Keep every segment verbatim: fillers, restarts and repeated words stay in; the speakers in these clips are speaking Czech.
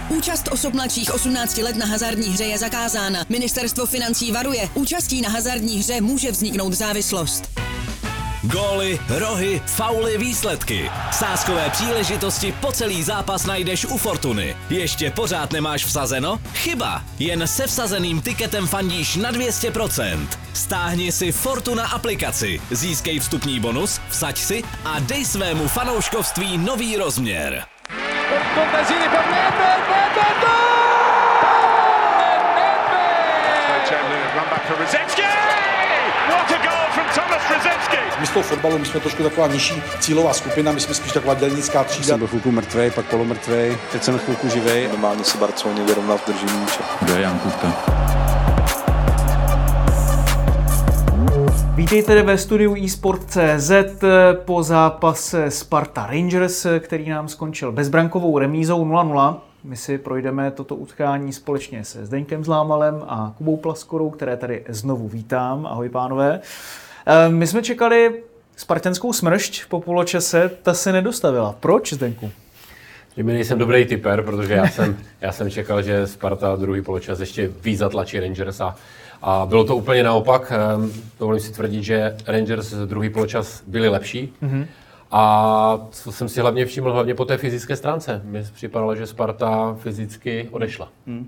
Účast osob mladších osmnácti let na hazardní hře je zakázána. Ministerstvo financí varuje, účastí na hazardní hře může vzniknout závislost. Góly, rohy, fauly, výsledky. Sázkové příležitosti po celý zápas najdeš u Fortuny. Ještě pořád nemáš vsazeno? Chyba! Jen se vsazeným tiketem fandíš na dvě stě procent. Stáhni si Fortuna aplikaci, získej vstupní bonus, vsaď si a dej svému fanouškovství nový rozměr. My z toho fotbalu, my jsme trošku taková nižší cílová skupina, my jsme spíš taková dělnická třída. Jsem byl chvilku mrtvej, pak polomrtvej, teď jsem chvilku živej. Normálně se Barceloně vyrovnal v držení míče. Kdo je Jan Kuchta? Vítejte ve studiu eSport tečka cé zet po zápase Sparta Rangers, který nám skončil bezbrankovou remízou nula nula. My si projdeme toto utkání společně se Zdeňkem Zlámalem a Kubou Plaskorou, které tady znovu vítám. Ahoj pánové. My jsme čekali spartanskou smršť po poločase, ta se nedostavila. Proč, Zdeňku? My nejsem dobrý typer, protože já jsem, já jsem čekal, že Sparta druhý poločas ještě víc zatlačí Rangers a, a bylo to úplně naopak. Dovolím si tvrdit, že Rangers druhý poločas byli lepší. Mm-hmm. A co jsem si hlavně všiml, hlavně po té fyzické stránce. Mně připadalo, že Sparta fyzicky odešla. Hmm.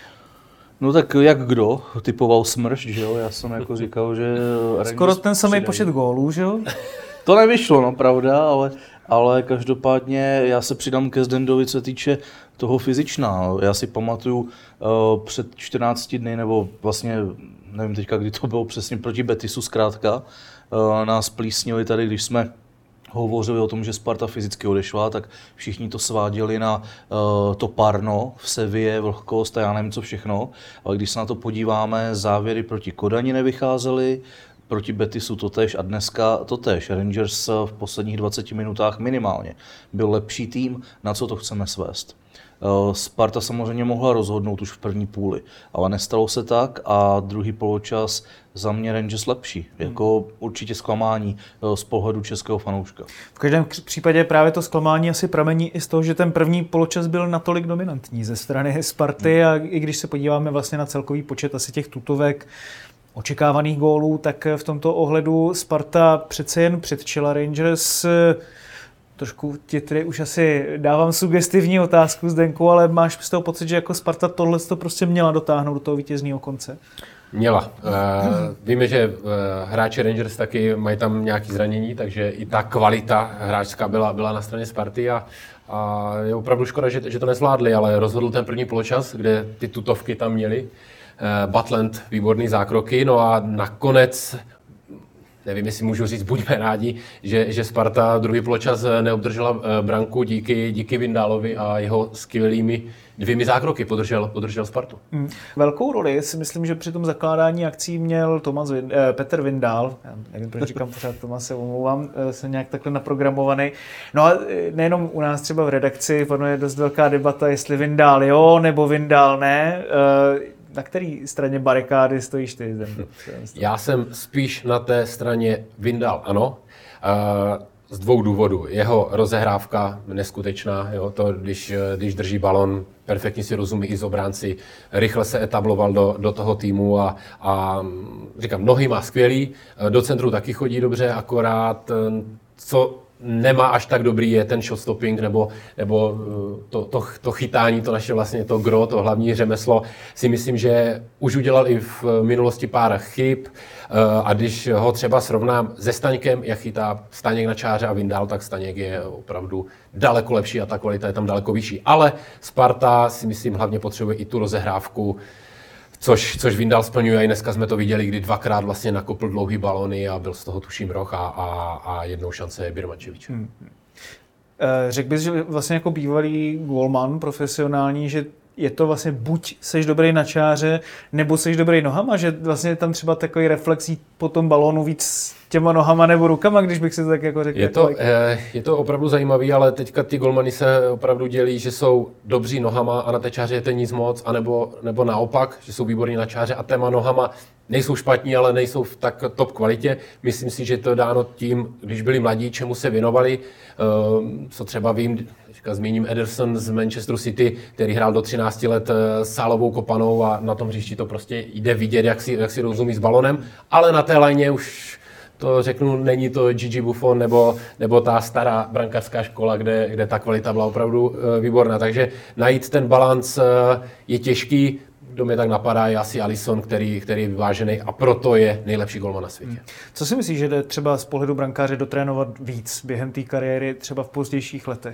No tak jak kdo typoval smršť, že jo? Já jsem jako říkal, že... Skoro ten samý počet gólů, že jo? To nevyšlo, no pravda, ale, ale každopádně já se přidám ke Zdendovi, co se týče toho fyzičná. Já si pamatuju uh, před čtrnácti dny, nebo vlastně nevím teďka, kdy to bylo přesně proti Betisu zkrátka, uh, nás plísnili tady, když jsme hovořili o tom, že Sparta fyzicky odešla, tak všichni to sváděli na uh, to parno v Sevě, vlhkost a já nevím co všechno. Ale když se na to podíváme, závěry proti Kodani nevycházely, proti Betisu totéž a dneska totéž. Rangers v posledních dvaceti minutách minimálně byl lepší tým, na co to chceme svést. Sparta samozřejmě mohla rozhodnout už v první půli, ale nestalo se tak a druhý poločas za mě Rangers lepší. Jako určitě zklamání z pohledu českého fanouška. V každém případě právě to zklamání asi pramení i z toho, že ten první poločas byl natolik dominantní ze strany Sparty a i když se podíváme vlastně na celkový počet asi těch tutovek, očekávaných gólů, tak v tomto ohledu Sparta přece jen předčila Rangers. Trošku ti tedy už asi dávám sugestivní otázku, Zdenku, ale máš z toho pocit, že jako Sparta tohle to prostě měla dotáhnout do toho vítězného konce? Měla. Uh, víme, že uh, hráči Rangers taky mají tam nějaké zranění, takže i ta kvalita hráčská byla, byla na straně Sparty a, a je opravdu škoda, že, že to nezvládli, ale rozhodl ten první poločas, kde ty tutovky tam měli. Uh, Butland, výborný zákroky, no a nakonec nevím, jestli můžu říct, buďme rádi, že, že Sparta druhý poločas neobdržela branku díky, díky Vindálovi a jeho skvělými dvěmi zákroky podržel, podržel Spartu. Hmm. Velkou roli si myslím, že při tom zakládání akcí měl Tomas Vind, eh, Petr Vindál. Já nevím, proč říkám pořád Tomas, se omlouvám, eh, jsem nějak takhle naprogramovaný. No a nejenom u nás třeba v redakci panuje dost velká debata, jestli Vindál jo, nebo Vindál ne. Eh, Na který straně barikády stojíš ty? Já jsem spíš na té straně Vindál, ano. Z dvou důvodů. Jeho rozehrávka neskutečná, jo, to, když, když drží balon, perfektně si rozumí i z obránci, rychle se etabloval do, do toho týmu a, a říkám, nohy má skvělý, do centru taky chodí dobře, akorát co nemá až tak dobrý je ten shotstopping nebo, nebo to, to, to chytání, to naše vlastně to gro, to hlavní řemeslo, si myslím, že už udělal i v minulosti pár chyb a když ho třeba srovnám se Staňkem, jak chytá Staněk na čáře a Vindál, tak Staněk je opravdu daleko lepší a ta kvalita je tam daleko vyšší. Ale Sparta si myslím hlavně potřebuje i tu rozehrávku, Což, což Vindál splňuje, a i dneska jsme to viděli, kdy dvakrát vlastně nakopl dlouhý balony a byl z toho tuším roh a, a, a jednou šance je Birmančevič. Hmm. Řekl bys, že vlastně jako bývalý golman profesionální, že je to vlastně buď seš dobrý na čáře, nebo seš dobrý nohama, že vlastně tam třeba takový reflexí po tom balónu víc těma nohama nebo rukama, když bych si to tak jako řekl. Je to, je to opravdu zajímavý, ale teďka ty golmani se opravdu dělí, že jsou dobří nohama a na té čáře je to nic moc, anebo, nebo naopak, že jsou výborní na čáře a téma nohama nejsou špatní, ale nejsou v tak top kvalitě. Myslím si, že to je dáno tím, když byli mladí, čemu se věnovali, co třeba vím, Teďka zmíním Ederson z Manchesteru City, který hrál do třinácti let s sálovou kopanou a na tom hřišti to prostě jde vidět, jak si, jak si rozumí s balonem, ale na té lajně už to řeknu, není to Gigi Buffon nebo, nebo ta stará brankářská škola, kde, kde ta kvalita byla opravdu výborná. Takže najít ten balanc je těžký. Kdo mě tak napadá, je asi Alisson, který, který je vyvážený a proto je nejlepší golman na světě. Hmm. Co si myslíš, že jde třeba z pohledu brankáře dotrénovat víc během té kariéry, třeba v pozdějších letech?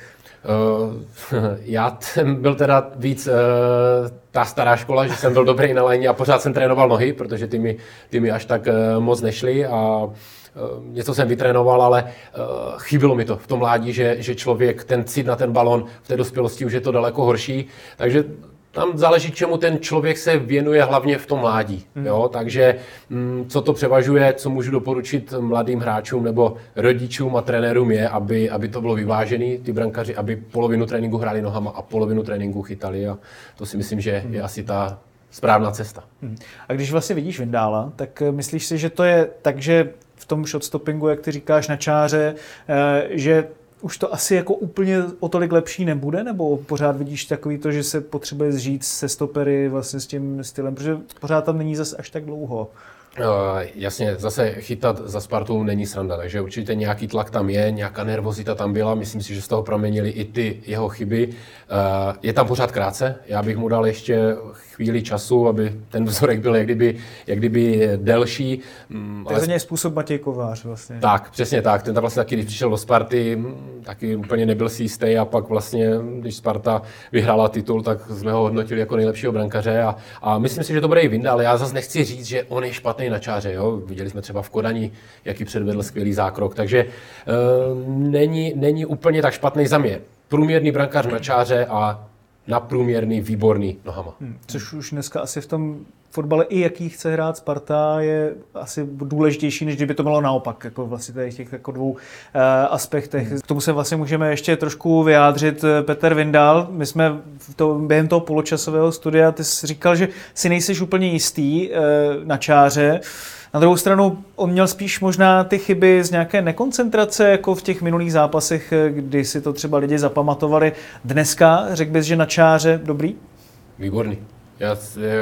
Uh, já jsem byl teda víc uh, ta stará škola, že jsem byl dobrý na lajně a pořád jsem trénoval nohy, protože ty mi, ty mi až tak uh, moc nešly a něco jsem vytrénoval, ale uh, chybilo mi to v tom mládí, že, že člověk ten cit na ten balon v té dospělosti už je to daleko horší, takže tam záleží, čemu ten člověk se věnuje hlavně v tom mládí. Hmm. Jo? Takže m, co to převažuje, co můžu doporučit mladým hráčům nebo rodičům a trenérům je, aby, aby to bylo vyvážený, ty brankaři, aby polovinu tréninku hráli nohama a polovinu tréninku chytali a to si myslím, že hmm. je asi ta správná cesta. Hmm. A když vlastně vidíš Vindála, tak myslíš si, že to je tak, že v tom shotstoppingu, jak ty říkáš, na čáře, že už to asi jako úplně o tolik lepší nebude, nebo pořád vidíš takový to, že se potřebuje zžít se stopery vlastně s tím stylem, protože pořád tam není zase až tak dlouho. Uh, jasně, zase chytat za Spartou není sranda, takže určitě nějaký tlak tam je, nějaká nervozita tam byla, myslím si, že z toho proměnili i ty jeho chyby. Uh, je tam pořád krátce, já bych mu dal ještě chvíli času, aby ten vzorek byl jak kdyby, jak kdyby delší. To je za něj způsob Matěj Kovář vlastně. Tak, přesně tak, ten tam vlastně taky, když přišel do Sparty, taky úplně nebyl si jistý a pak vlastně, když Sparta vyhrála titul, tak jsme ho hodnotili jako nejlepšího brankaře a, a myslím si, že to bude i Vinda, ale já zase nechci říct, že on je špatný na čáře, jo? Viděli jsme třeba v Kodani, jaký předvedl skvělý zákrok, takže e, není, není úplně tak špatný za mě. Průměrný brankář na čáře a naprůměrný, výborný nohama. Hmm, což už dneska asi v tom fotbale i jaký chce hrát Sparta je asi důležitější, než kdyby to bylo naopak, jako vlastně tady těch jako dvou uh, aspektech. Hmm. K tomu se vlastně můžeme ještě trošku vyjádřit. Petr Vindal, my jsme v to, během toho poločasového studia, ty jsi říkal, že si nejseš úplně jistý uh, na čáře. Na druhou stranu on měl spíš možná ty chyby z nějaké nekoncentrace, jako v těch minulých zápasech, kdy si to třeba lidi zapamatovali. Dneska řekl bys, že na čáře dobrý? Výborný. Já,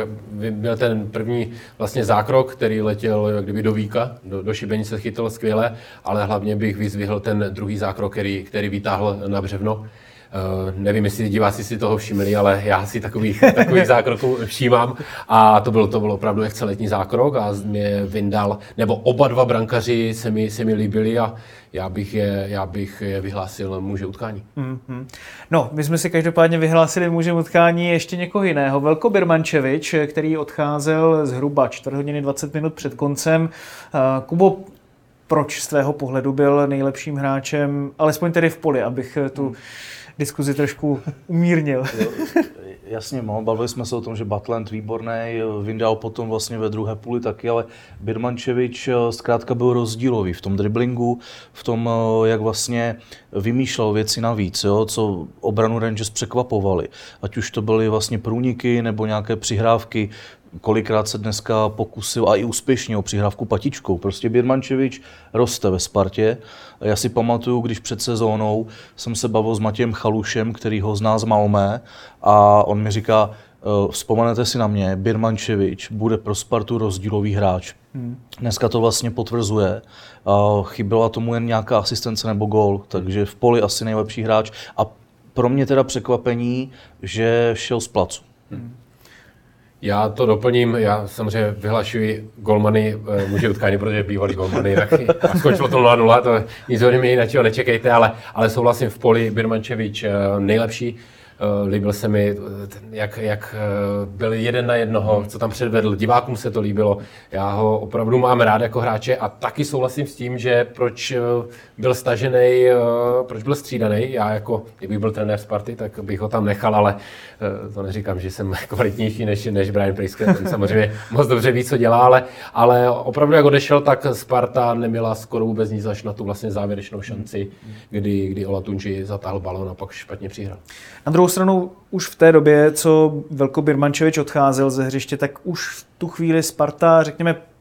byl ten první vlastně zákrok, který letěl jak kdyby do víka, do, do šibení se chytil skvěle, ale hlavně bych vyzvihl ten druhý zákrok, který, který vytáhl na břevno. Uh, nevím, jestli diváci si toho všimli, ale já si takových, takových zákroků všímám a to byl, to byl opravdu excelentní zákrok a mě Vindal, nebo oba dva brankaři se mi, se mi líbili a já bych je, já bych je vyhlásil muže utkání. Mm-hmm. No, my jsme si každopádně vyhlásili mužem utkání ještě někoho jiného. Velko Birmančevič, který odcházel zhruba čtvrt hodiny dvacet minut před koncem. Uh, Kubo, proč z tvého pohledu byl nejlepším hráčem, alespoň tedy v poli, abych tu mm. diskuzi trošku umírnil. Jasně, no, bavili jsme se o tom, že Butland výborný, Vindal potom vlastně ve druhé půli taky, ale Birmančevič zkrátka byl rozdílový v tom driblingu, v tom, jak vlastně vymýšlel věci navíc, jo, co obranu Rangers překvapovali. Ať už to byly vlastně průniky nebo nějaké přihrávky, kolikrát se dneska pokusil a i úspěšně o přihrávku patičkou. Prostě Birmančevič roste ve Spartě. Já si pamatuju, když před sezónou jsem se bavil s Matějem Chalušem, který ho zná z Malmé a on mi říká, vzpomenete si na mě, Birmančevič bude pro Spartu rozdílový hráč. Hmm. Dneska to vlastně potvrzuje. Chyběla tomu jen nějaká asistence nebo gól, takže v poli asi nejlepší hráč. A pro mě teda překvapení, že šel z placu. Hmm. Já to doplním, já samozřejmě vyhlašuji golmany, muže utkání, protože bývalý golmany, tak a skončilo to nula nula, to nic od mě jiného nečekejte, ale, ale souhlasím v poli Birmančevič nejlepší. Líbil se mi, jak, jak byl jeden na jednoho, co tam předvedl, divákům se to líbilo. Já ho opravdu mám rád jako hráče a taky souhlasím s tím, že proč byl stažený, proč byl střídaný. Já jako, kdybych byl trenér Sparty, tak bych ho tam nechal, ale to neříkám, že jsem kvalitnější než, než Brian Priske, ten samozřejmě moc dobře ví, co dělá, ale, ale opravdu jak odešel, tak Sparta neměla skoro vůbec nic až na tu vlastně závěrečnou šanci, kdy, kdy Olatunji zatáhl balón a pak špatně přihrál. Na druhou stranu už v té době, co Velko Birmančevič odcházel ze hřiště, tak už v tu chvíli Sparta, řekněme,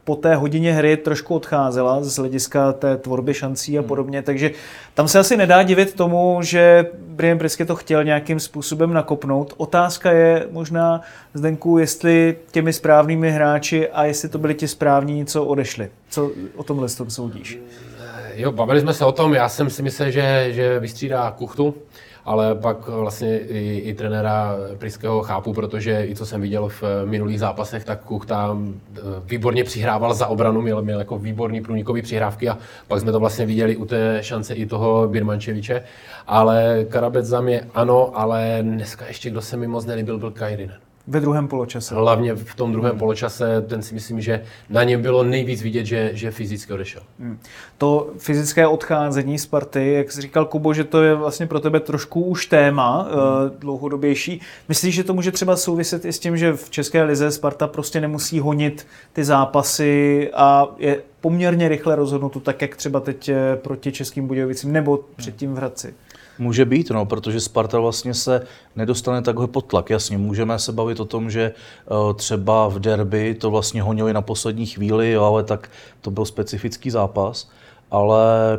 po té hodině hry trošku odcházela z hlediska té tvorby šancí a podobně, takže tam se asi nedá divit tomu, že Brian Priske to chtěl nějakým způsobem nakopnout. Otázka je možná, Zdenku, jestli těmi správnými hráči a jestli to byli ti správní, co odešli. Co o tomhle tom soudíš? Jo, bavili jsme se o tom, já jsem si myslel, že, že vystřídá Kuchtu, ale pak vlastně i, i trenéra Priskeho chápu, protože i co jsem viděl v minulých zápasech, tak Kuchta výborně přihrával za obranu, měl, měl jako výborný průnikový přihrávky a pak jsme to vlastně viděli u té šance i toho Birmančeviče. Ale Karabec za mě ano, ale dneska ještě kdo se mi moc nelíbil, byl Kairinen. Ve druhém poločase. Hlavně v tom druhém poločase, ten si myslím, že na něm bylo nejvíc vidět, že, že fyzicky odešel. Hmm. To fyzické odcházení Sparty, jak jsi říkal, Kubo, že to je vlastně pro tebe trošku už téma hmm. uh, dlouhodobější. Myslíš, že to může třeba souviset i s tím, že v České lize Sparta prostě nemusí honit ty zápasy a je poměrně rychle rozhodnuto, tak jak třeba teď proti Českým Budějovicím nebo předtím v Hradci? Může být, no, protože Sparta vlastně se nedostane takhle pod tlak. Jasně, můžeme se bavit o tom, že uh, třeba v derby to vlastně honili na poslední chvíli, jo, ale tak to byl specifický zápas, ale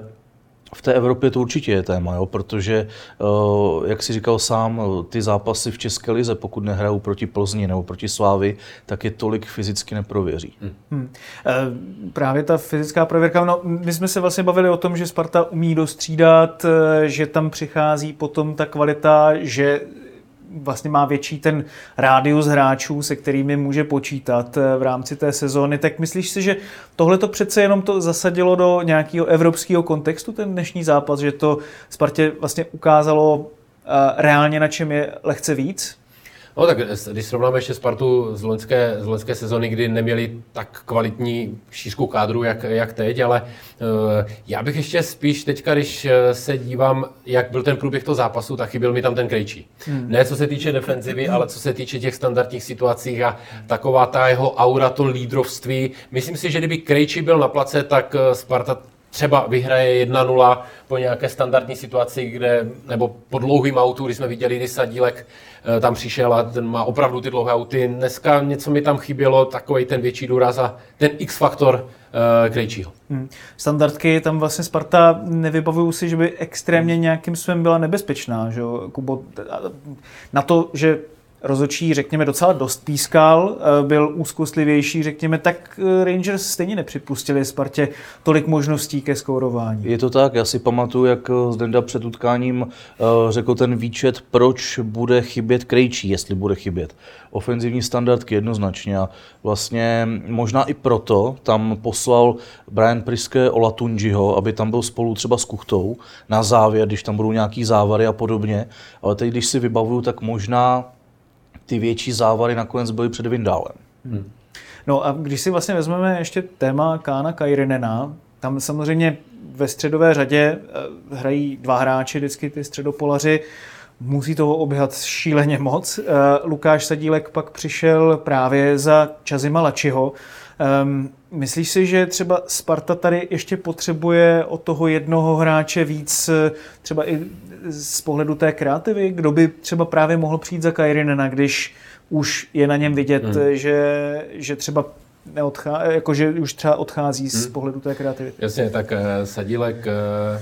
v té Evropě to určitě je téma, jo, protože, uh, jak jsi říkal sám, ty zápasy v České lize, pokud nehrajou proti Plzni nebo proti Slávii, tak je tolik fyzicky neprověří. Hmm. Hmm. E, právě ta fyzická prověrka, no, my jsme se vlastně bavili o tom, že Sparta umí dostřídat, že tam přichází potom ta kvalita, že vlastně má větší ten rádius hráčů, se kterými může počítat v rámci té sezóny. Tak myslíš si, že tohle to přece jenom to zasadilo do nějakého evropského kontextu, ten dnešní zápas, že to Spartě vlastně ukázalo uh, reálně, na čem je lehce víc? No tak když srovnáme ještě Spartu z loňské, z loňské sezony, kdy neměli tak kvalitní šířku kádru, jak, jak teď, ale uh, já bych ještě spíš teďka, když se dívám, jak byl ten průběh toho zápasu, tak chyběl mi tam ten Krejčí. Hmm. Ne co se týče defenzivy, ale co se týče těch standardních situacích a taková ta jeho aura, to lídrovství. Myslím si, že kdyby Krejčí byl na place, tak Sparta třeba vyhraje jedna nula po nějaké standardní situaci, kde, nebo po dlouhým autu, když jsme viděli, kdy Sadílek tam přišel a ten má opravdu ty dlouhé auty. Dneska něco mi tam chybělo, takový ten větší důraz a ten X-faktor uh, Krejčího. Hmm. Standardky tam vlastně Sparta, nevybavuju si, že by extrémně nějakým svým byla nebezpečná. Že? Kubo, na to, že rozhodčí, řekněme, docela dost pískal, byl úzkostlivější, řekněme, tak Rangers stejně nepřipustili Spartě tolik možností ke skórování. Je to tak, já si pamatuju, jak Zdenda před utkáním řekl ten výčet, proč bude chybět Krejčí, jestli bude chybět. Ofenzivní standardky jednoznačně a vlastně možná i proto tam poslal Brian Priske Olatunjiho, aby tam byl spolu třeba s Kuchtou na závěr, když tam budou nějaký závary a podobně, ale teď, když si vybavuju, tak možná ty větší závary nakonec byly před Vindálem. Hmm. No a když si vlastně vezmeme ještě téma Kána Kairinena, tam samozřejmě ve středové řadě hrají dva hráči, vždycky ty středopolaři, musí toho oběhat šíleně moc. Lukáš Sadílek pak přišel právě za Čazima Lačiho. Um, myslíš si, že třeba Sparta tady ještě potřebuje od toho jednoho hráče víc, třeba i z pohledu té kreativy? Kdo by třeba právě mohl přijít za Kairinena, když už je na něm vidět, hmm. že, že třeba neodchá, jako že už třeba odchází hmm. z pohledu té kreativity? Jasně, tak uh, Sadílek uh,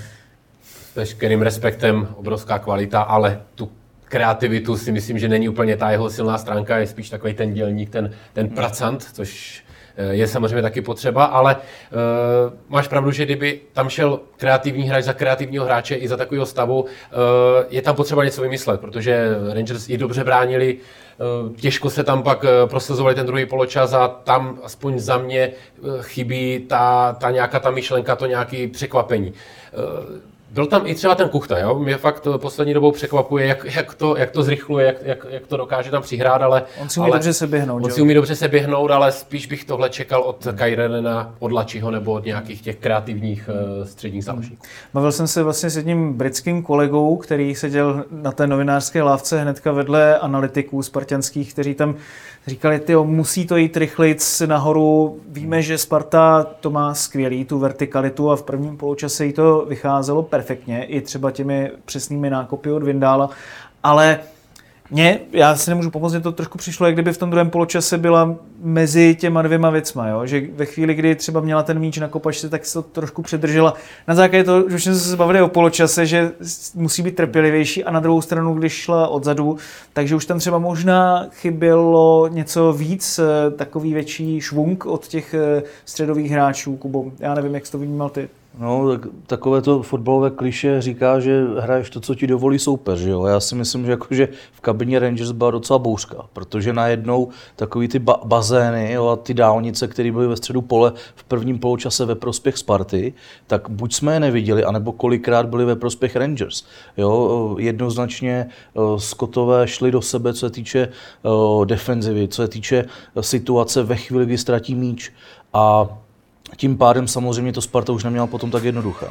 s veškerým respektem obrovská kvalita, ale tu kreativitu si myslím, že není úplně ta jeho silná stránka, je spíš takový ten dělník, ten, ten pracant, což je samozřejmě taky potřeba, ale uh, máš pravdu, že kdyby tam šel kreativní hráč za kreativního hráče i za takového stavu, uh, je tam potřeba něco vymyslet, protože Rangers i dobře bránili, uh, těžko se tam pak uh, prosazovali ten druhý poločas a tam aspoň za mě uh, chybí ta, ta nějaká ta myšlenka, to nějaké překvapení. Uh, Byl tam i třeba ten Kuchta, jo? Mě fakt poslední dobou překvapuje, jak, jak, to, jak to zrychluje, jak, jak, jak to dokáže tam přihrát, ale... On si umí ale, dobře se běhnout, On si umí dobře se běhnout, ale spíš bych tohle čekal od Kairinena, od Lačiho nebo od nějakých těch kreativních uh, středních záložníků. Bavil jsem se vlastně s jedním britským kolegou, který seděl na té novinářské lávce hnedka vedle analytiků spartanských, kteří tam říkali, tyjo, musí to jít rychlic nahoru. Víme, že Sparta to má skvělý, tu vertikalitu a v prvním poločase jí to vycházelo perfektně, i třeba těmi přesnými nákopy od Vindála, ale Mně, já si nemůžu pomoct, mě to trošku přišlo, jak kdyby v tom druhém poločase byla mezi těma dvěma věcma, jo? Že ve chvíli, kdy třeba měla ten míč na kopačce, tak se to trošku předržela. Na základě toho, že už jsme se bavili o poločase, že musí být trpělivější a na druhou stranu, když šla odzadu, takže už tam třeba možná chybělo něco víc, takový větší švung od těch středových hráčů, Kubo. Já nevím, jak jsi to vnímal ty. No, tak, takové to fotbalové klišé říká, že hraješ to, co ti dovolí soupeř, jo. Já si myslím, že, jako, že v kabině Rangers byla docela bouřka, protože najednou takový ty ba- bazény, jo, a ty dálnice, které byly ve středu pole v prvním poločase ve prospěch Sparty, tak buď jsme je neviděli, anebo kolikrát byli ve prospěch Rangers. Jo. Jednoznačně Scottové šli do sebe, co se týče uh, defenzivy, co se týče situace ve chvíli, kdy ztratí míč. A tím pádem samozřejmě to Sparta už neměla potom tak jednoduché.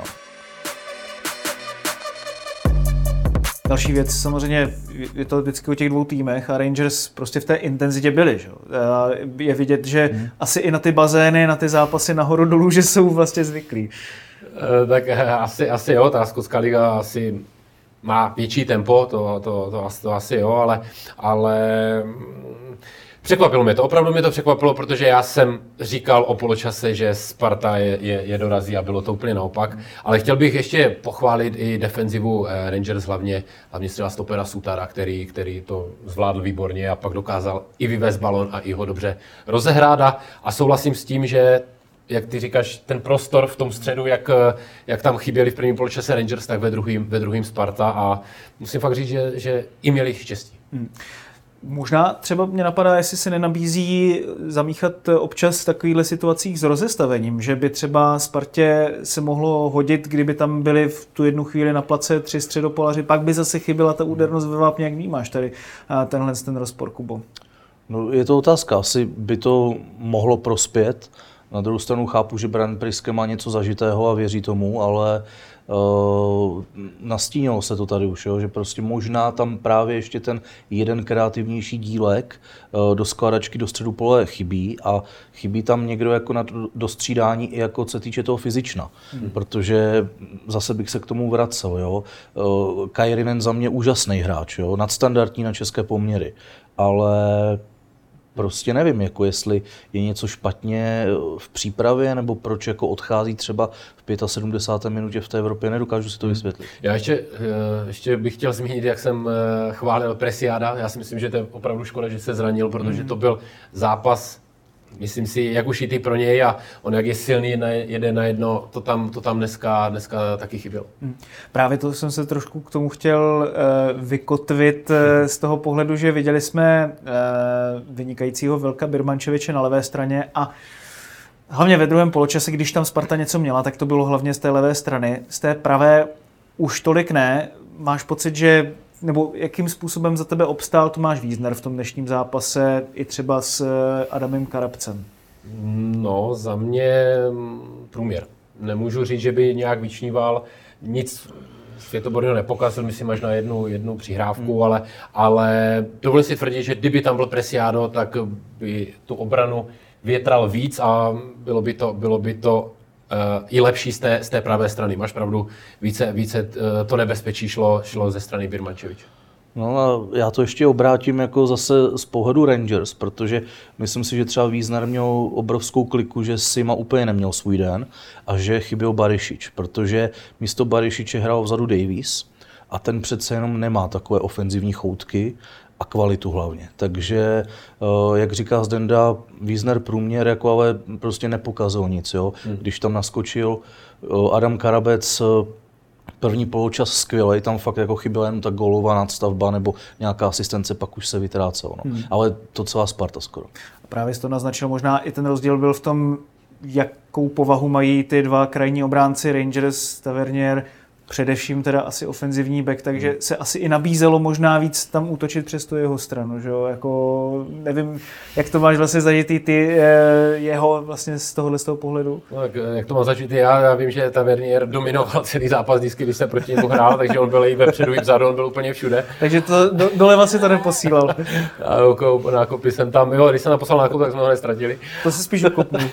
Další věc, samozřejmě je to vždycky o těch dvou týmech a Rangers prostě v té intenzitě byli. Že? Je vidět, že hmm. asi i na ty bazény, na ty zápasy nahoru dolů, že jsou vlastně zvyklí. E, tak asi, asi jo, ta skotská liga asi má větší tempo, to, to, to, to asi jo, ale, ale překvapilo mě to, opravdu mě to překvapilo, protože já jsem říkal o poločase, že Sparta je, je, je dorazí a bylo to úplně naopak. Ale chtěl bych ještě pochválit i defenzivu Rangers, hlavně, hlavně třeba stopera Sutara, který, který to zvládl výborně a pak dokázal i vyvést balon a i ho dobře rozehrát. A souhlasím s tím, že jak ty říkáš, ten prostor v tom středu, jak, jak tam chyběli v prvním poločase Rangers, tak ve druhým, ve druhým Sparta a musím fakt říct, že, že i měli štěstí. Hmm. Možná třeba mě napadá, jestli se nenabízí zamíchat občas v takovýchhle situacích s rozestavením, že by třeba Spartě se mohlo hodit, kdyby tam byli v tu jednu chvíli na place tři středopolaři, pak by zase chyběla ta údernost ve vápně, jak vnímáš tady tenhle ten rozpor, Kubo? No, je to otázka, asi by to mohlo prospět. Na druhou stranu chápu, že Brian Priske má něco zažitého a věří tomu, ale uh, nastínilo se to tady už, jo, že prostě možná tam právě ještě ten jeden kreativnější dílek uh, do skládačky do středu pole chybí a chybí tam někdo jako na dostřídání i jako co se týče toho fyzična, hmm. protože zase bych se k tomu vracel, jo. Uh, Kairinen za mě úžasný hráč, jo, nadstandardní na české poměry, ale prostě nevím, jako jestli je něco špatně v přípravě, nebo proč jako odchází třeba v sedmdesáté pátém minutě v té Evropě, nedokážu si to vysvětlit. Já ještě, ještě bych chtěl zmínit, jak jsem chválil Preciada. Já si myslím, že to je opravdu škoda, že se zranil, protože to byl zápas, myslím si, jak ušitý pro něj a on jak je silný, jede na jedno, to tam, to tam dneska, dneska taky chybělo. Právě to jsem se trošku k tomu chtěl uh, vykotvit uh, z toho pohledu, že viděli jsme uh, vynikajícího Vilka Birmančeviče na levé straně a hlavně ve druhém poločase, když tam Sparta něco měla, tak to bylo hlavně z té levé strany. Z té pravé už tolik ne. Máš pocit, že nebo jakým způsobem za tebe obstál Tomáš Wiesner v tom dnešním zápase i třeba s Adamem Karabcem? No, za mě průměr. Nemůžu říct, že by nějak vyčníval. Nic světoborného nepokazil, myslím, až na jednu, jednu přihrávku, hmm. ale, ale dovolím si tvrdit, že kdyby tam byl Preciado, tak by tu obranu větral víc a bylo by to, bylo by to Uh, i lepší z té, z té pravé strany. Máš pravdu, více, více uh, to nebezpečí šlo, šlo ze strany Birmančeviče. No a já to ještě obrátím jako zase z pohledu Rangers, protože myslím si, že třeba Wiesner měl obrovskou kliku, že Sima úplně neměl svůj den a že chyběl Barišič, protože místo Barišiče hrál vzadu Davies a ten přece jenom nemá takové ofenzivní choutky a kvalitu hlavně. Takže, jak říká Zdenda, Wiesner průměr, jako ale prostě nepokazil nic. Jo? Hmm. Když tam naskočil Adam Karabec, první poločas skvělej, tam fakt jako chyběla jen ta gólová nadstavba nebo nějaká asistence, pak už se vytrácelo. No. Hmm. Ale to celá Sparta skoro. A právě jsi to naznačil, možná i ten rozdíl byl v tom, jakou povahu mají ty dva krajní obránci Rangers, Tavernier, především teda asi ofenzivní back, takže hmm. se asi i nabízelo možná víc tam útočit přes tu jeho stranu, že jo, jako nevím, jak to máš vlastně zažitý ty jeho vlastně z tohohle z toho pohledu. No, tak, jak to mám zažitý já, já vím, že Tavernier dominoval celý zápas vždycky, když se proti němu hrál, takže on byl i vepředu, i vzadu, on byl úplně všude. Takže to do, doleva si to neposílal. A nákupy jsem tam, jo, když jsem naposlal nákup, tak jsme ho nestratili. To se spíš okopnul.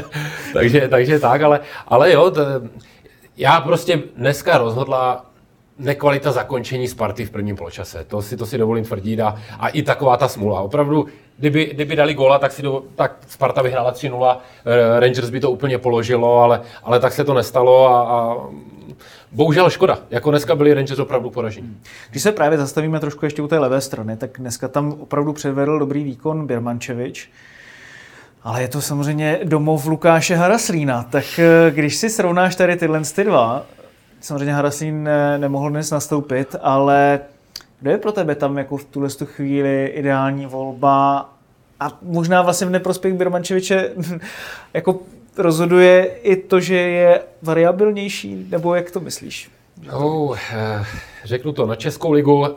takže, takže tak, ale, ale jo, to, já prostě dneska rozhodla nekvalita zakončení Sparty v prvním poločase. To si, to si dovolím tvrdit a, a i taková ta smůla. Opravdu, kdyby, kdyby dali góla, tak, si do, tak Sparta vyhrála tři nula, Rangers by to úplně položilo, ale, ale tak se to nestalo a, a bohužel škoda. Jako dneska byli Rangers opravdu poražení. Když se právě zastavíme trošku ještě u té levé strany, tak dneska tam opravdu předvedl dobrý výkon Birmančevič. Ale je to samozřejmě domov Lukáše Haraslína. Tak když si srovnáš tady tyhle ty dva, samozřejmě Haraslín ne, nemohl dnes nastoupit, ale kdo je pro tebe tam jako v tuhle chvíli ideální volba a možná vlastně v neprospěch Birmančeviče jako rozhoduje i to, že je variabilnější, nebo jak to myslíš? No, řeknu to, na Českou ligu uh,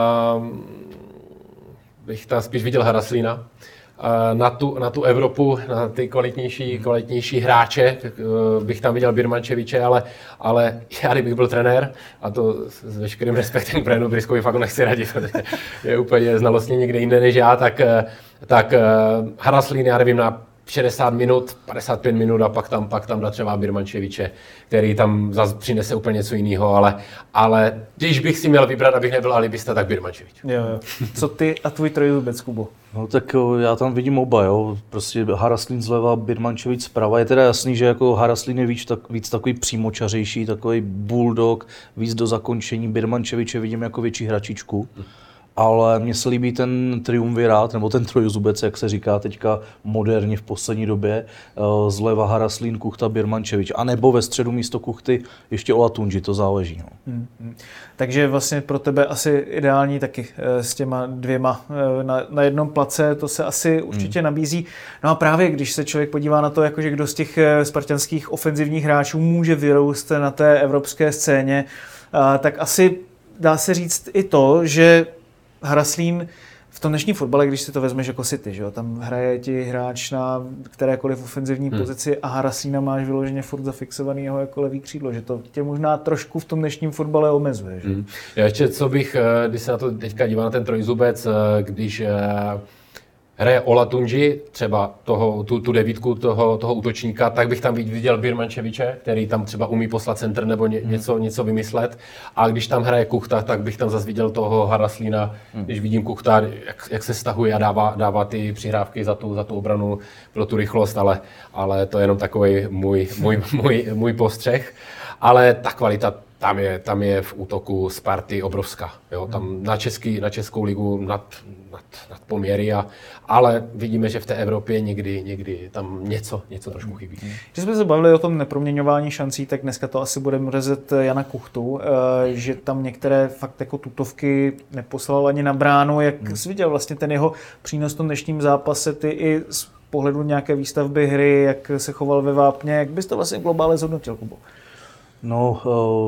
bych tam spíš viděl Haraslína. Na tu, na tu Evropu, na ty kvalitnější, kvalitnější hráče bych tam viděl Birmančeviče, ale, ale já kdybych byl trenér, a to s veškerým respektem k Brenu Briskovi fakt nechci radit, protože je úplně znalostně někde jinde než já, tak, tak Haraslín, já nevím, na šedesát minut, padesát pět minut a pak tam, pak tam dá třeba Birmančeviče, který tam zase přinese úplně něco jiného, ale, ale když bych si měl vybrat, abych nebyl alibista, tak Birmančevič. Jo, jo. Co ty a tvůj trojzubec, Kubo? No tak já tam vidím oba, jo. Prostě Haraslín zleva, Birmančevič zprava. Je teda jasný, že jako Haraslín je víc, tak, víc takový přímočařejší, takový bulldog, víc do zakončení. Birmančeviče vidím jako větší hračičku. Ale mně se líbí ten triumvirát, nebo ten trojzubec, jak se říká teďka moderně v poslední době, zleva Haraslín, Kuchta, Birmančevič. A nebo ve středu místo Kuchty ještě Olatunji, to záleží. No. Hmm, hmm. Takže vlastně pro tebe asi ideální taky s těma dvěma na, na jednom place, to se asi určitě hmm. nabízí. No a právě když se člověk podívá na to, jakože kdo z těch spartanských ofenzivních hráčů může vyrůst na té evropské scéně, tak asi dá se říct i to, že Haraslín v tom dnešním fotbale, když si to vezmeš jako City, že jo, tam hraje ti hráč na kterékoliv ofenzivní hmm. pozici a Haraslína máš vyloženě furt zafixovaný jeho jako levý křídlo, že to tě možná trošku v tom dnešním fotbale omezuje. Že? Hmm. Já ještě, co bych, když se na to teďka dívám na ten trojzubec, když hraje Olatunji, třeba toho, tu, tu devítku toho, toho útočníka, tak bych tam viděl Birmančeviče, který tam třeba umí poslat centr nebo ně, něco, něco vymyslet. A když tam hraje Kuchta, tak bych tam zase viděl toho Haraslína, když vidím Kuchta, jak, jak se stahuje a dává, dává ty přihrávky za tu, za tu obranu pro tu rychlost, ale, ale to je jenom takový můj, můj, můj, můj postřeh. Ale ta kvalita tam je, tam je v útoku Sparty obrovská. Jo? Tam na, český, na Českou ligu nad, nad, nad poměry, a, ale vidíme, že v té Evropě někdy, někdy tam něco, něco trošku chybí. Když jsme se bavili o tom neproměňování šancí, tak dneska to asi bude mrzet Jana Kuchtu, že tam některé fakt jako tutovky neposlal ani na bránu. Jak hmm. jsi viděl vlastně ten jeho přínos v tom dnešním zápase, ty i z pohledu nějaké výstavby hry, jak se choval ve vápně, jak bys to vlastně globálně zhodnotil, Kubo? No,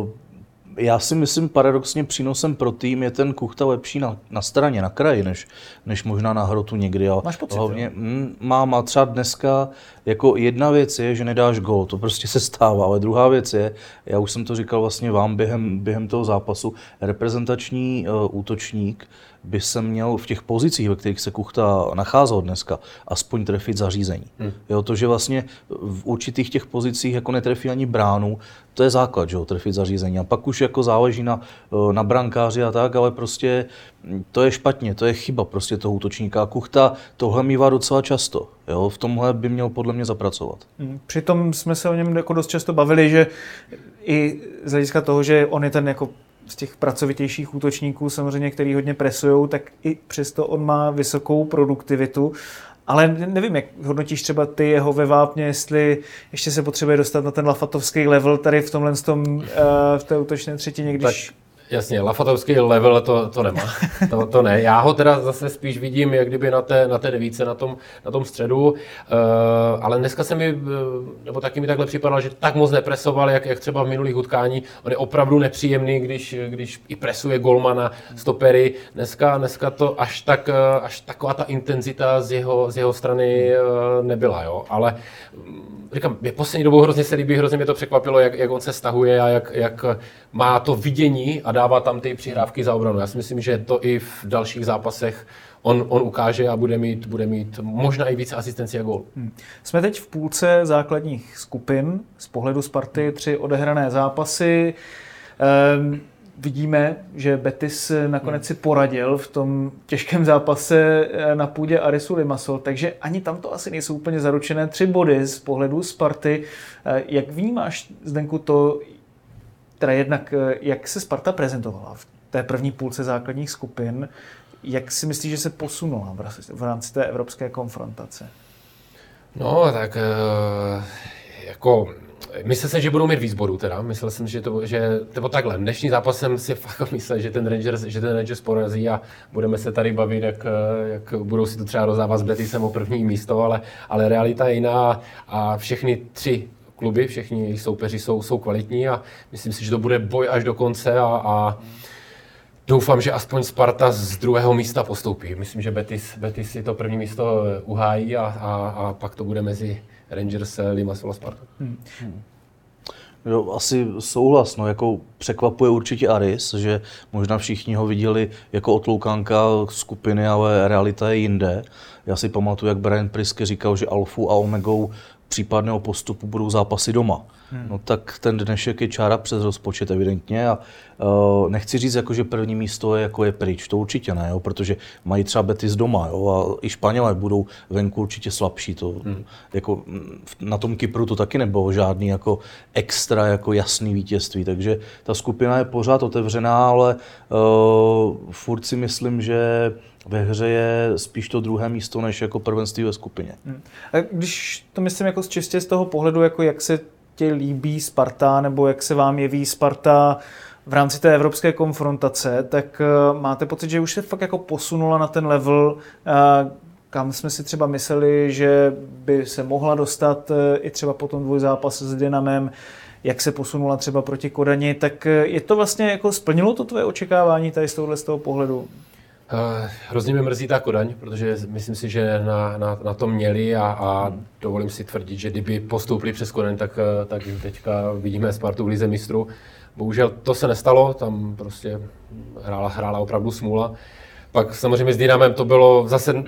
já si myslím, paradoxně přínosem pro tým je ten Kuchta lepší na, na straně, na kraji, než, než možná na hrotu někdy. Máš pocit, hlavně, mm, mám a třeba dneska, jako jedna věc je, že nedáš gól, to prostě se stává, ale druhá věc je, já už jsem to říkal vlastně vám během, během toho zápasu, reprezentační uh, útočník by se měl v těch pozicích, ve kterých se Kuchta nacházel dneska, aspoň trefit zařízení. Hmm. Jo, to, že vlastně v určitých těch pozicích jako netrefí ani bránu, to je základ, že jo, trefit zařízení. A pak už jako záleží na, na brankáři a tak, ale prostě to je špatně, to je chyba prostě toho útočníka. Kuchta tohle mívá docela často. Jo, v tomhle by měl podle mě zapracovat. Hmm. Přitom jsme se o něm jako dost často bavili, že i z hlediska toho, že on je ten jako z těch pracovitějších útočníků samozřejmě, který hodně presujou, tak i přesto on má vysokou produktivitu. Ale nevím, jak hodnotíš třeba ty jeho ve vápně, jestli ještě se potřebuje dostat na ten lafatovský level tady v tomhle tom, v té útočné třetině, když... Tak. Jasně, lafatovský level to, to nemá, to, to ne. Já ho teda zase spíš vidím, jak kdyby na té, na té devíce, na tom, na tom středu, uh, ale dneska se mi, nebo taky mi takhle připadalo, že tak moc nepresoval, jak, jak třeba v minulých utkání. On je opravdu nepříjemný, když, když i presuje golmana, stopery. Dneska, dneska to až, tak, až taková ta intenzita z jeho, z jeho strany uh, nebyla, jo, ale říkám, mě poslední dobou hrozně se líbí, hrozně mě to překvapilo, jak, jak on se stahuje a jak, jak má to vidění a dává tam ty přihrávky za obranu. Já si myslím, že to i v dalších zápasech on, on ukáže a bude mít, bude mít možná i více asistencí a gól. Hmm. Jsme teď v půlce základních skupin. Z pohledu Sparty tři odehrané zápasy. Ehm, vidíme, že Betis nakonec si poradil v tom těžkém zápase na půdě Arisu Limassol, takže ani tam to asi nejsou úplně zaručené tři body z pohledu Sparty. Jak vnímáš, Zdenku, to, teda jednak, jak se Sparta prezentovala v té první půlce základních skupin, jak si myslíš, že se posunula v rámci té evropské konfrontace? No, tak jako... Myslel jsem, že budou mít víc bodů teda. Myslel jsem, že to, že to takhle. Dnešní zápas jsem si fakt myslel, že ten Rangers, že ten Rangers porazí a budeme se tady bavit, jak, jak budou si to třeba rozdávat s Betisem o první místo, ale, ale realita je jiná a všechny tři kluby, všichni soupeři jsou, jsou kvalitní a myslím si, že to bude boj až do konce a, a doufám, že aspoň Sparta z druhého místa postoupí. Myslím, že Betis, Betis si to první místo uhájí a, a, a pak to bude mezi Rangers, Limassol a Sparta. Hmm. Hmm. Jo, asi souhlas, no, jako překvapuje určitě Aris, že možná všichni ho viděli jako otloukánka skupiny, ale realita je jinde. Já si pamatuju, jak Brian Priske říkal, že alfou a omegou případného postupu budou zápasy doma. Hmm. No tak ten dnešek je čára přes rozpočet evidentně a uh, nechci říct, jako, že první místo je, jako je pryč, to určitě ne, jo, protože mají třeba Betis doma, jo, a i Španělé budou venku určitě slabší. To, hmm. jako, na tom Kypru to taky nebylo žádný jako extra jako jasný vítězství, takže ta skupina je pořád otevřená, ale uh, furt si myslím, že ve hře je spíš to druhé místo, než jako prvenství ve skupině. Hmm. A když to myslím jako čistě z toho pohledu, jako jak se ti líbí Sparta, nebo jak se vám jeví Sparta v rámci té evropské konfrontace, tak uh, máte pocit, že už se fakt jako posunula na ten level, uh, kam jsme si třeba mysleli, že by se mohla dostat uh, i třeba po tom dvojzápase s Dynamem, jak se posunula třeba proti Kodani, tak uh, je to vlastně jako splnilo to tvoje očekávání tady z tohohle z toho pohledu? Uh, hrozně mě mrzí ta Kodaň, protože myslím si, že na, na, na to měli a, a dovolím si tvrdit, že kdyby postoupili přes Kodaň, tak, tak teďka vidíme Spartu v lize mistrů. Bohužel to se nestalo, tam prostě hrála, hrála opravdu smůla. Pak samozřejmě s Dynamem to bylo zase,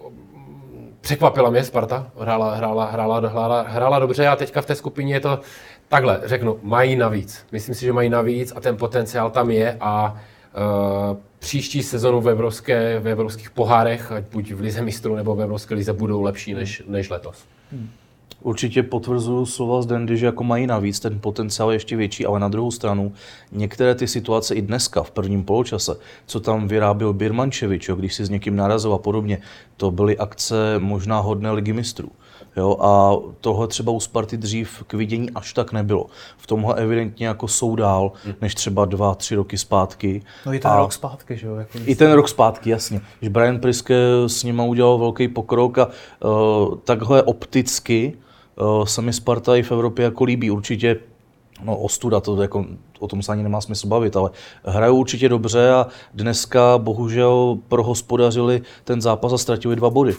překvapila mě Sparta, hrála, hrála, hrála, hrála, hrála dobře a teďka v té skupině je to takhle, řeknu, mají navíc. Myslím si, že mají navíc a ten potenciál tam je a Uh, příští sezonu v, evropské, v evropských pohárech, ať buď v lize mistrů nebo v evropské lize, budou lepší než, než letos. Hmm. Určitě potvrzuju slova z Dendy, že jako mají navíc, ten potenciál je ještě větší, ale na druhou stranu některé ty situace i dneska v prvním poločase, co tam vyráběl Birmančevič, jo, když si s někým narazil a podobně, to byly akce možná hodné ligy mistrů. Jo, a tohle třeba u Sparty dřív k vidění až tak nebylo. V tomhle evidentně jako jsou dál, než třeba dva, tři roky zpátky. No i ten a rok zpátky, že jo? Jako I ten rok zpátky, jasně. Že Brian Priske s nima udělal velký pokrok a uh, takhle opticky uh, se mi Sparta i v Evropě jako líbí. Určitě, no ostuda, to jako, o tom se ani nemá smysl bavit, ale hrajou určitě dobře a dneska bohužel prohospodařili ten zápas a ztratili dva body.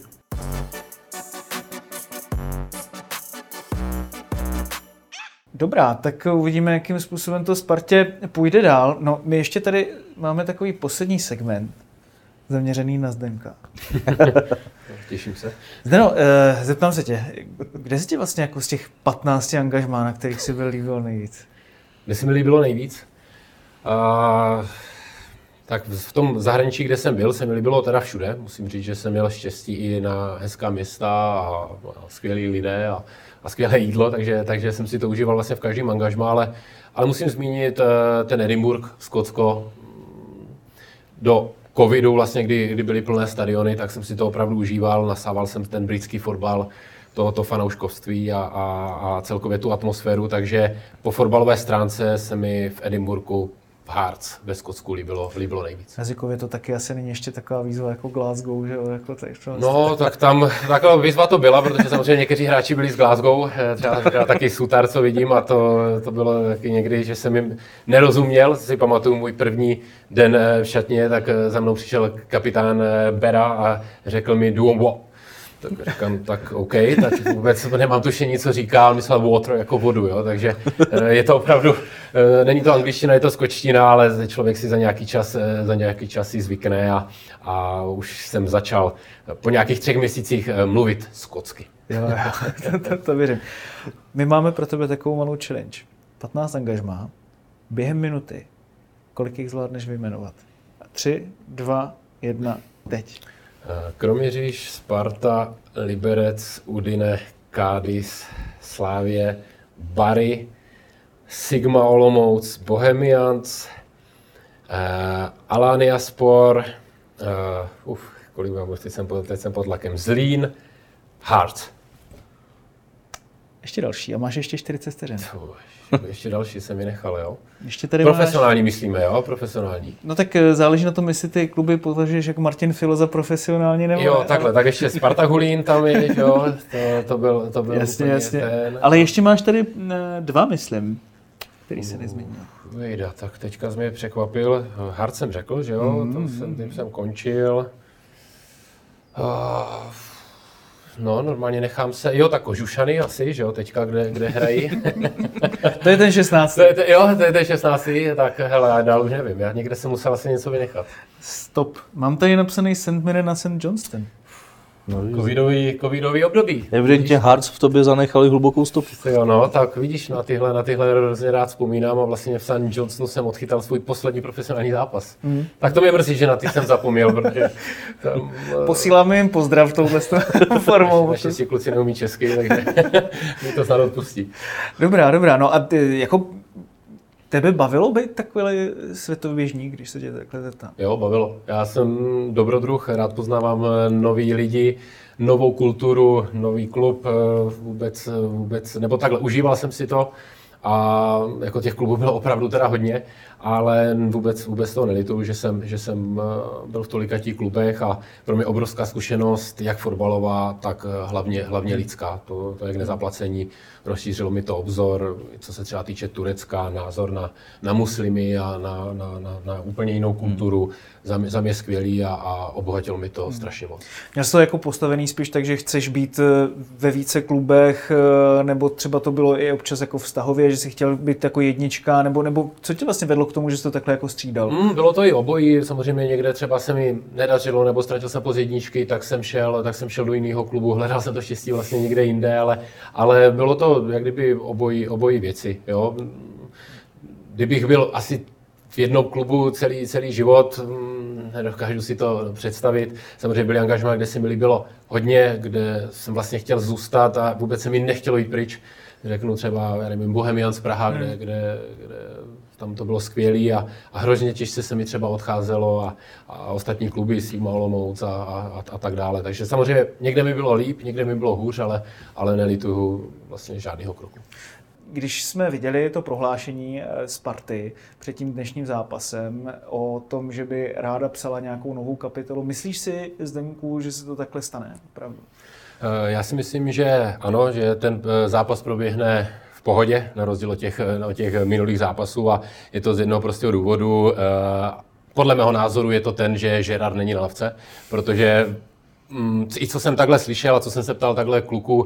Dobrá, tak uvidíme, jakým způsobem to Spartě půjde dál. No, my ještě tady máme takový poslední segment, zaměřený na Zdenka. Těším se. Zdeno, eh, zeptám se tě, kde se tě vlastně jako z těch patnácti angažmá, na kterých si byl líbilo nejvíc? Kde se mi líbilo nejvíc? Uh, tak v tom zahraničí, kde jsem byl, se mi líbilo teda všude. Musím říct, že jsem měl štěstí i na hezká města a, a skvělí lidé a, a skvělé jídlo, takže, takže jsem si to užíval vlastně v každém angažmá, ale, ale musím zmínit uh, ten Edinburgh, Skotsko. Do covidu, vlastně, kdy, kdy byly plné stadiony, tak jsem si to opravdu užíval, nasával jsem ten britský fotbal, tohoto fanouškovství a, a, a celkově tu atmosféru, takže po fotbalové stránce se mi v Edinburghu, v Hearts ve Skotsku líbilo, líbilo nejvíc. Jazykově to taky asi není ještě taková výzva jako Glasgow, že jo? Jako tady, no, tak tam taková výzva to byla, protože samozřejmě někteří hráči byli z Glasgow, třeba, třeba taky Sutar, co vidím, a to, to bylo taky někdy, že jsem jim nerozuměl. Si pamatuju můj první den v šatně, tak za mnou přišel kapitán Bera a řekl mi "Duombo". Tak říkám, tak OK, tak vůbec nemám tušení, co říká, ale myslel water jako vodu, jo, takže je to opravdu, není to angličtina, je to skočtina, ale člověk si za nějaký čas, za nějaký čas si zvykne a, a už jsem začal po nějakých třech měsících mluvit skotsky. Jo, jo, to, to, to věřím. My máme pro tebe takovou malou challenge. patnáct angažmá, během minuty Kolik jich zvládneš vyjmenovat? Tři, dva, jedna, teď. Kroměříž, Sparta, Liberec, Udine, Cádiz, Slavie, Bari, Sigma Olomouc, Bohemians, uh, Alanya Spor, uh, uf, kolik mám, teď jsem, pod, teď jsem pod tlakem, Zlín, Hearts. Ještě další, a máš ještě čtyřicet vteřin. Ještě další jsem mi nechal, jo? Ještě tady profesionální máš... myslíme, jo? Profesionální. No tak záleží na tom, jestli ty kluby považuješ jako Martin Filo za profesionální nebo Jo, ne, takhle, ale... tak ještě Sparta Hulín tam je, jo? To, to byl, to byl jasně, úplně jasně. ten... Ale ještě máš tady dva, myslím, který se nezměnil. Vejda, tak teďka jsi mě překvapil. Hard jsem řekl, že jo? Mm. To jsem, tím jsem končil. Uh, No, normálně nechám se, jo, tak Kožušany asi, že jo, teďka, kde, kde hrají. To je ten šestnáctý. To je ten, jo, to je ten šestnáctý, tak hele, já dál už nevím, já někde jsem musel asi něco vynechat. Stop. Mám tady napsaný Saint Mirren a Saint Johnston. No, Covidový, covidový období. Evidentně Hearts v tobě zanechali hlubokou stopu. Jo, no, tak vidíš, na tyhle, na tyhle hrozně rád vzpomínám a vlastně v Saint Johnstonu jsem odchytal svůj poslední profesionální zápas. Mm. Tak to mě mrzí, že na ty jsem zapomněl, protože tam... Posíláme jim pozdrav touhle formou. Naštěstí kluci neumí česky, takže mi to snad odpustí. Dobrá, dobrá, no a ty, jako tebe bavilo být takový světový běžník, když se tě takhle zeptám? Jo, bavilo. Já jsem dobrodruh, rád poznávám nový lidi, novou kulturu, nový klub, vůbec, vůbec, nebo takhle, užíval jsem si to a jako těch klubů bylo opravdu teda hodně, ale vůbec, vůbec toho nelituju, že jsem, že jsem byl v tolika těch klubech a pro mě obrovská zkušenost, jak fotbalová, tak hlavně, hlavně lidská. To, to je k nezaplacení. Rozšířilo mi to obzor, co se třeba týče Turecka, názor na, na muslimy a na, na, na, na úplně jinou kulturu. Za mě, za mě skvělý a, a obohatilo mi to hmm. strašně moc. Měl jsi to jako postavený spíš tak, že chceš být ve více klubech, nebo třeba to bylo i občas jako vztahově, že jsi chtěl být jako jednička, nebo, nebo co tě vlastně vedlo k tomu, že jsi to takhle jako střídal? Hmm, bylo to i obojí, samozřejmě někde třeba se mi nedařilo, nebo ztratil jsem poz jedničky, tak jsem šel, tak jsem šel do jiného klubu, hledal jsem to štěstí vlastně někde jinde, ale, ale bylo to jak kdyby obojí, obojí věci, jo. Kdybych byl asi v jednom klubu celý, celý život, nedokážu si to představit. Samozřejmě byly angažmá, kde se mi líbilo hodně, kde jsem vlastně chtěl zůstat a vůbec se mi nechtělo jít pryč. Řeknu třeba, já nevím, Bohemians Praha, hmm. kde, kde, kde tam to bylo skvělý a, a hrozně těžce se mi třeba odcházelo a, a ostatní kluby, Sigma Olomouc a, a, a tak dále. Takže samozřejmě někde mi bylo líp, někde mi bylo hůř, ale, ale nelituju vlastně žádného kroku. Když jsme viděli to prohlášení Sparty před tím dnešním zápasem o tom, že by ráda psala nějakou novou kapitolu, myslíš si, Zdeňku, že se to takhle stane? Opravdu? Já si myslím, že ano, že ten zápas proběhne v pohodě, na rozdíl od těch, od těch minulých zápasů a je to z jednoho prostého důvodu. Podle mého názoru je to ten, že Gerard není na lavce, protože i co jsem takhle slyšel a co jsem se ptal takhle kluku,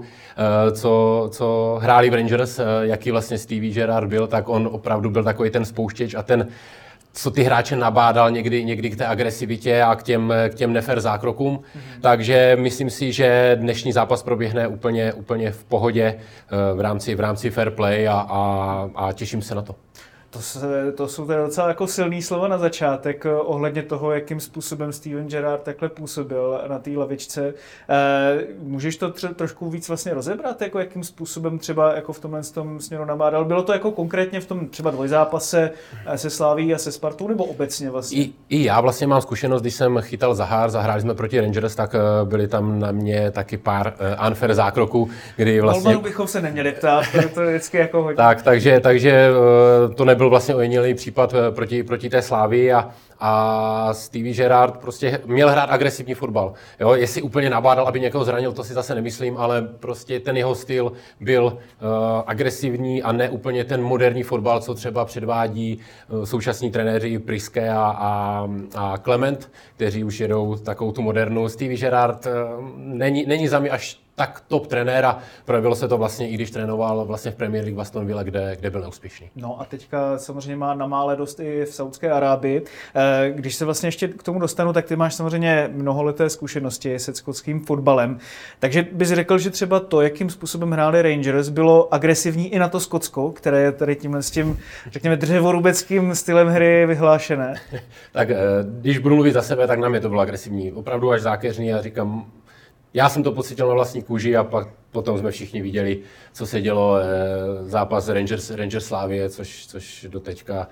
co, co hráli v Rangers, jaký vlastně Stevie Gerrard byl, tak on opravdu byl takový ten spouštěč a ten, co ty hráče nabádal někdy, někdy k té agresivitě a k těm, k těm nefér zákrokům. Mm-hmm. Takže myslím si, že dnešní zápas proběhne úplně, úplně v pohodě v rámci, v rámci fair play a, a, a těším se na to. To, se, to jsou teda docela jako silný slova na začátek ohledně toho, jakým způsobem Steven Gerrard takhle působil na té lavičce. E, můžeš to tře- trošku víc vlastně rozebrat, jako jakým způsobem třeba jako v tomhle tom směru nabádal? Bylo to jako konkrétně v tom třeba dvojzápase se Slaví a se Spartou, nebo obecně vlastně? I, I já vlastně mám zkušenost, když jsem chytal za Hearts, zahráli jsme proti Rangers, tak byly tam na mě taky pár unfair zákroků, kdy vlastně... Valmanu bychom se neměli ptát, to je vždycky jako hodně. Tak, takže, takže to nebylo byl vlastně ojedinělý případ proti, proti té Slávii a, a Stevie Gerrard prostě měl hrát agresivní fotbal. Jo, jestli úplně nabádal, aby někoho zranil, to si zase nemyslím, ale prostě ten jeho styl byl uh, agresivní a ne úplně ten moderní fotbal, co třeba předvádí uh, současní trenéři Priske a, a, a Clement, kteří už jedou takovou tu modernu. Stevie Gerrard uh, není, není za mě až tak top trenéra. Projevilo se to vlastně, i když trénoval vlastně v Premier League v Aston Villa, kde, kde byl neúspěšný. No a teďka samozřejmě má na mále dost i v Saudské Arábii. Když se vlastně ještě k tomu dostanu, tak ty máš samozřejmě mnoholeté zkušenosti se skotským fotbalem. Takže bys řekl, že třeba to, jakým způsobem hráli Rangers, bylo agresivní i na to Skotsko, které je tady tímhle s tím, řekněme, dřevorubeckým stylem hry vyhlášené? Tak když budu mluvit za sebe, tak na mě to bylo agresivní. Opravdu až zákeřný a říkám, já jsem to pocítil na vlastní kůži a pak potom jsme všichni viděli, co se dělo, zápas Rangers, Rangers Slavie, což, což do teďka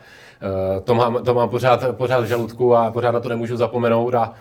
to mám, to mám pořád, pořád v žaludku a pořád na to nemůžu zapomenout. A,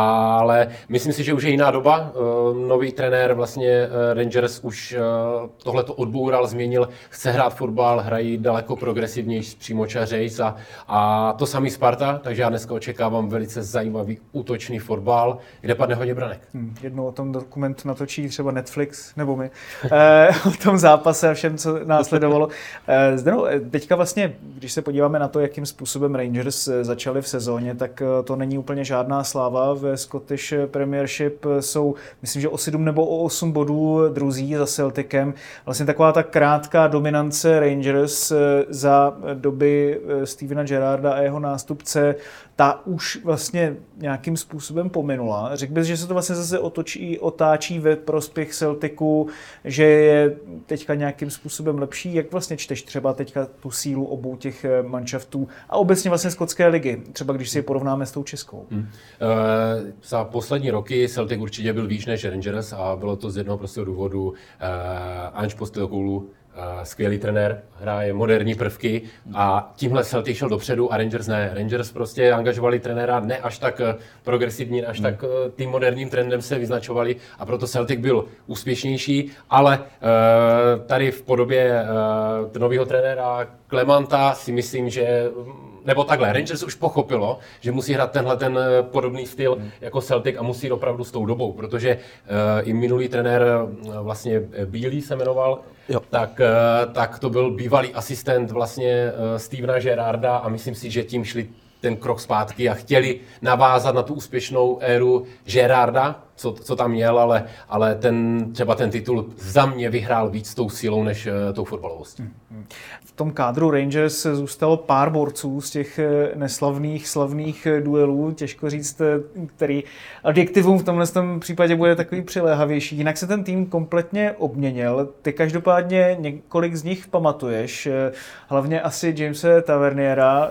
ale myslím si, že už je jiná doba. Nový trenér vlastně Rangers už tohleto odboural, změnil, chce hrát fotbal, hrají daleko progresivnější, přímočařejc a, a to samý Sparta, takže já dneska očekávám velice zajímavý útočný fotbal, kde padne hodně branek. Hmm, jednou o tom dokument natočí třeba Netflix nebo my, e, o tom zápase a všem, co následovalo. E, Zdeno, teďka vlastně, když se podíváme na to, jakým způsobem Rangers začali v sezóně, tak to není úplně žádná sláva. Ve Scottish Premiership jsou, myslím, že o sedm nebo o osm bodů druzí za Celticem. Vlastně taková ta krátká dominance Rangers za doby Stevena Gerrarda a jeho nástupce, ta už vlastně nějakým způsobem pominula. Řekl bys, že se to vlastně zase otočí, otáčí ve prospěch Celticu, že je teďka nějakým způsobem lepší. Jak vlastně čteš třeba teďka tu sílu obou těch manšaftů a obecně vlastně skotské ligy, třeba když si je porovnáme s tou českou? Hmm. Uh, za poslední roky Celtic určitě byl výš než Rangers a bylo to z jednoho prostého důvodu. Uh, Ange Postecoglou, skvělý trenér, hraje moderní prvky a tímhle Celtic šel dopředu a Rangers ne. Rangers prostě angažovali trenéra ne až tak progresivní, až tak tím moderním trendem se vyznačovali a proto Celtic byl úspěšnější, ale tady v podobě nového trenéra Clementa si myslím, že nebo takhle, Rangers už pochopilo, že musí hrát tenhle ten podobný styl hmm. jako Celtic a musí opravdu s tou dobou, protože uh, i minulý trenér, uh, vlastně Bílý se jmenoval, tak, uh, tak to byl bývalý asistent vlastně uh, Stevena Gerrarda a myslím si, že tím šli ten krok zpátky a chtěli navázat na tu úspěšnou éru Gerrarda, co, co tam měl, ale, ale ten, třeba ten titul za mě vyhrál víc tou silou než uh, tou fotbalovostí. V tom kádru Rangers zůstalo pár borců z těch neslavných, slavných duelů, těžko říct, který adjektivum v tomhle případě bude takový přiléhavější. Jinak se ten tým kompletně obměnil. Ty každopádně několik z nich pamatuješ, hlavně asi Jamese Taverniera.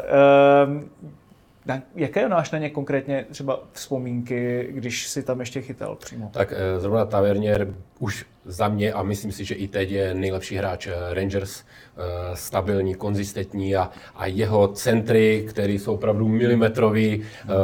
Jaké máš na ně konkrétně třeba vzpomínky, když si tam ještě chytal přímo? Tak zrovna Tavernier už za mě a myslím si, že i teď je nejlepší hráč Rangers, stabilní, konzistentní a, a jeho centry, které jsou opravdu milimetrový,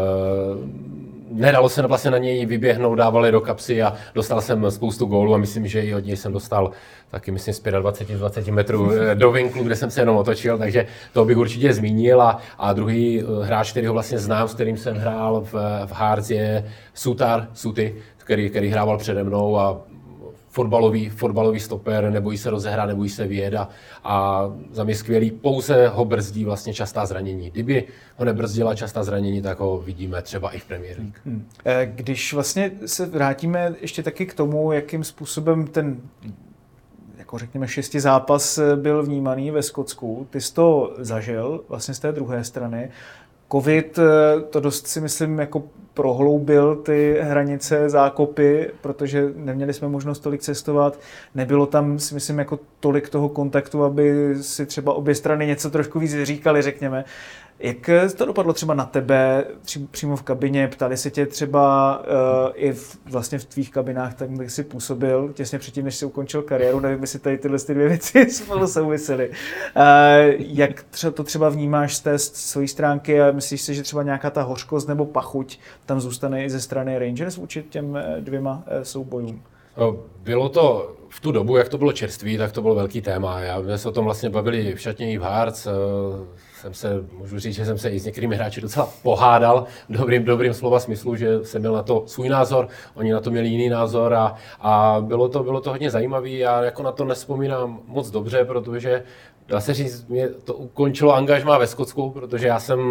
nedalo se vlastně na něj vyběhnout, dávali do kapsy a dostal jsem spoustu gólů a myslím, že i od něj jsem dostal taky myslím z dvacet pět dvacet metrů do vinklu, kde jsem se jenom otočil, takže to bych určitě zmínil a, a druhý hráč, který ho vlastně znám, s kterým jsem hrál v, v Hearts je Sutar, Suty, který, který hrával přede mnou a fotbalový, fotbalový stoper, nebojí se rozehrát, nebojí se vyjet a, a za mě skvělý, pouze ho brzdí vlastně častá zranění. Kdyby ho nebrzdila častá zranění, tak ho vidíme třeba i v Premier League. Hmm. Když vlastně se vrátíme ještě taky k tomu, jakým způsobem ten jako řekněme šesti zápas byl vnímaný ve Skotsku, ty jsi to zažil vlastně z té druhé strany. Covid to dost si myslím jako prohloubil ty hranice, zákopy, protože neměli jsme možnost tolik cestovat. Nebylo tam si myslím jako tolik toho kontaktu, aby si třeba obě strany něco trošku víc říkali, řekněme. Jak to dopadlo třeba na tebe, přímo v kabině? Ptali se tě třeba uh, i v, vlastně v tvých kabinách, tak jak jsi působil těsně předtím, než jsi ukončil kariéru, nevím, jestli tady tyhle ty dvě věci spolu souvisely. Uh, jak třeba to třeba vnímáš z té své stránky a myslíš si, že třeba nějaká ta hořkost nebo pachuť tam zůstane i ze strany Rangers vůči těm dvěma soubojům? Bylo to v tu dobu, jak to bylo čerství, tak to bylo velký téma. Já jsme se o tom vlastně bavili v šatně i v Hearts. Jsem se, můžu říct, že jsem se i s některými hráči docela pohádal v dobrým, dobrým slova smyslu, že jsem měl na to svůj názor, oni na to měli jiný názor a, a bylo, to, bylo to hodně zajímavé. Já jako na to nevzpomínám moc dobře, protože dá se říct, mě to ukončilo angažmá ve Skotsku, protože já jsem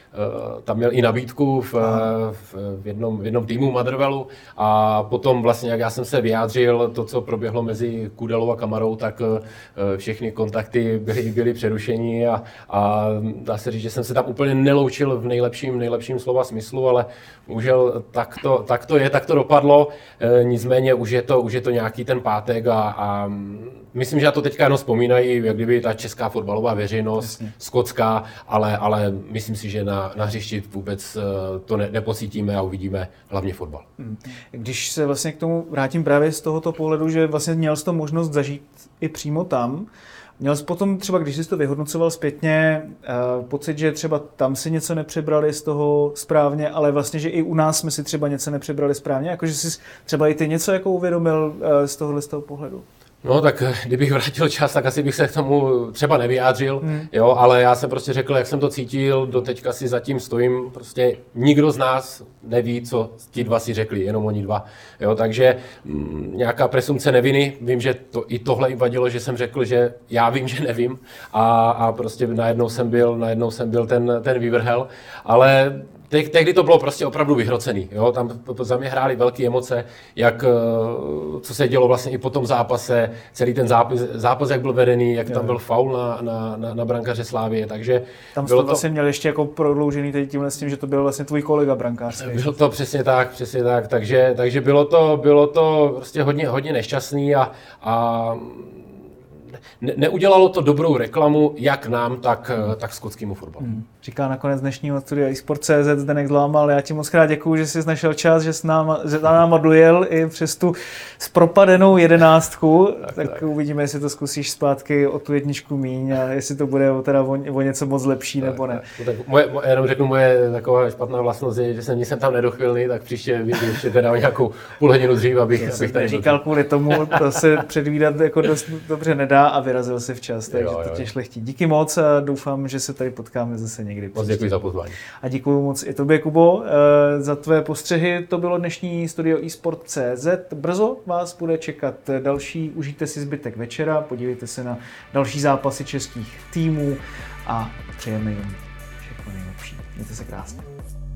tam měl i nabídku v, v, v, jednom, v jednom týmu Motherwellu a potom vlastně, jak já jsem se vyjádřil, to, co proběhlo mezi Kudelou a Kamarou, tak všechny kontakty byly, byly přerušeny a, a dá se říct, že jsem se tam úplně neloučil v nejlepším, nejlepším slova smyslu, ale bohužel tak to, tak to je, tak to dopadlo, nicméně už je to, už je to nějaký ten pátek a, a myslím, že na to teďka jenom vzpomínají, jak kdyby ta česká fotbalová veřejnost, Jasně. skotská, ale, ale myslím si, že na, na hřišti vůbec to ne, nepocítíme a uvidíme hlavně fotbal. Když se vlastně k tomu vrátím právě z tohoto pohledu, že vlastně měl jsi to možnost zažít i přímo tam, měl jsi potom třeba, když jsi to vyhodnocoval zpětně, uh, pocit, že třeba tam si něco nepřebrali z toho správně, ale vlastně, že i u nás jsme si třeba něco nepřebrali správně, jakože jsi třeba i ty něco jako uvědomil uh, z tohohle z toho pohledu? No tak kdybych vrátil čas, tak asi bych se k tomu třeba nevyjádřil, hmm. jo, ale já jsem prostě řekl, jak jsem to cítil, do teďka si zatím stojím, prostě nikdo z nás neví, co ti dva si řekli, jenom oni dva, jo, takže m, nějaká presumce neviny, vím, že to, i tohle jim vadilo, že jsem řekl, že já vím, že nevím a, a prostě najednou jsem byl, najednou jsem byl ten, ten vyvrhel, ale tehdy to bylo prostě opravdu vyhrocený. Jo? Tam za mě hrály velké emoce, jak, co se dělo vlastně i po tom zápase, celý ten zápas, zápas jak byl vedený, jak tam byl faul na, na, na, na brankaře Slávie, takže... Tam jsi to vlastně měl ještě jako prodloužený teď tímhle s tím, že to byl vlastně tvůj kolega brankářský. Bylo to přesně tak, přesně tak, takže, takže bylo to, bylo to prostě hodně, hodně nešťastný a, a ne, neudělalo to dobrou reklamu jak nám, tak, tak skotskému fotbalu. Hmm. Říká nakonec dnešního studia eSport tečka cé zet Zdeněk Dlámal. Já ti moc krát děkuju, že jsi našel čas, že jsi náma, že za náma dojel i přes tu zpropadenou jedenáctku. Tak, tak, tak uvidíme, jestli to zkusíš zpátky o tu jedničku míň a jestli to bude teda o, o něco moc lepší tak, nebo ne. Tak, tak moje, moje, jenom řeknu, moje taková špatná vlastnost je, že jsem, jsem tam nedochvilný, tak příště vidím ještě teda nějakou půl hodinu dřív, abych, abych tady říkal kvůli tomu, to se předvídat jako dost dobře nedá a vyrazil si včas, takže jo, jo. to tě šlechtí. Díky moc a doufám, že se tady potkáme zase někdy. Moc děkuji za pozvání. A děkuji moc i tobě, Kubo, za tvé postřehy. To bylo dnešní studio eSport tečka cé zet. Brzo vás bude čekat další. Užijte si zbytek večera, podívejte se na další zápasy českých týmů a přejeme jim všechno nejlepší. Mějte se krásně.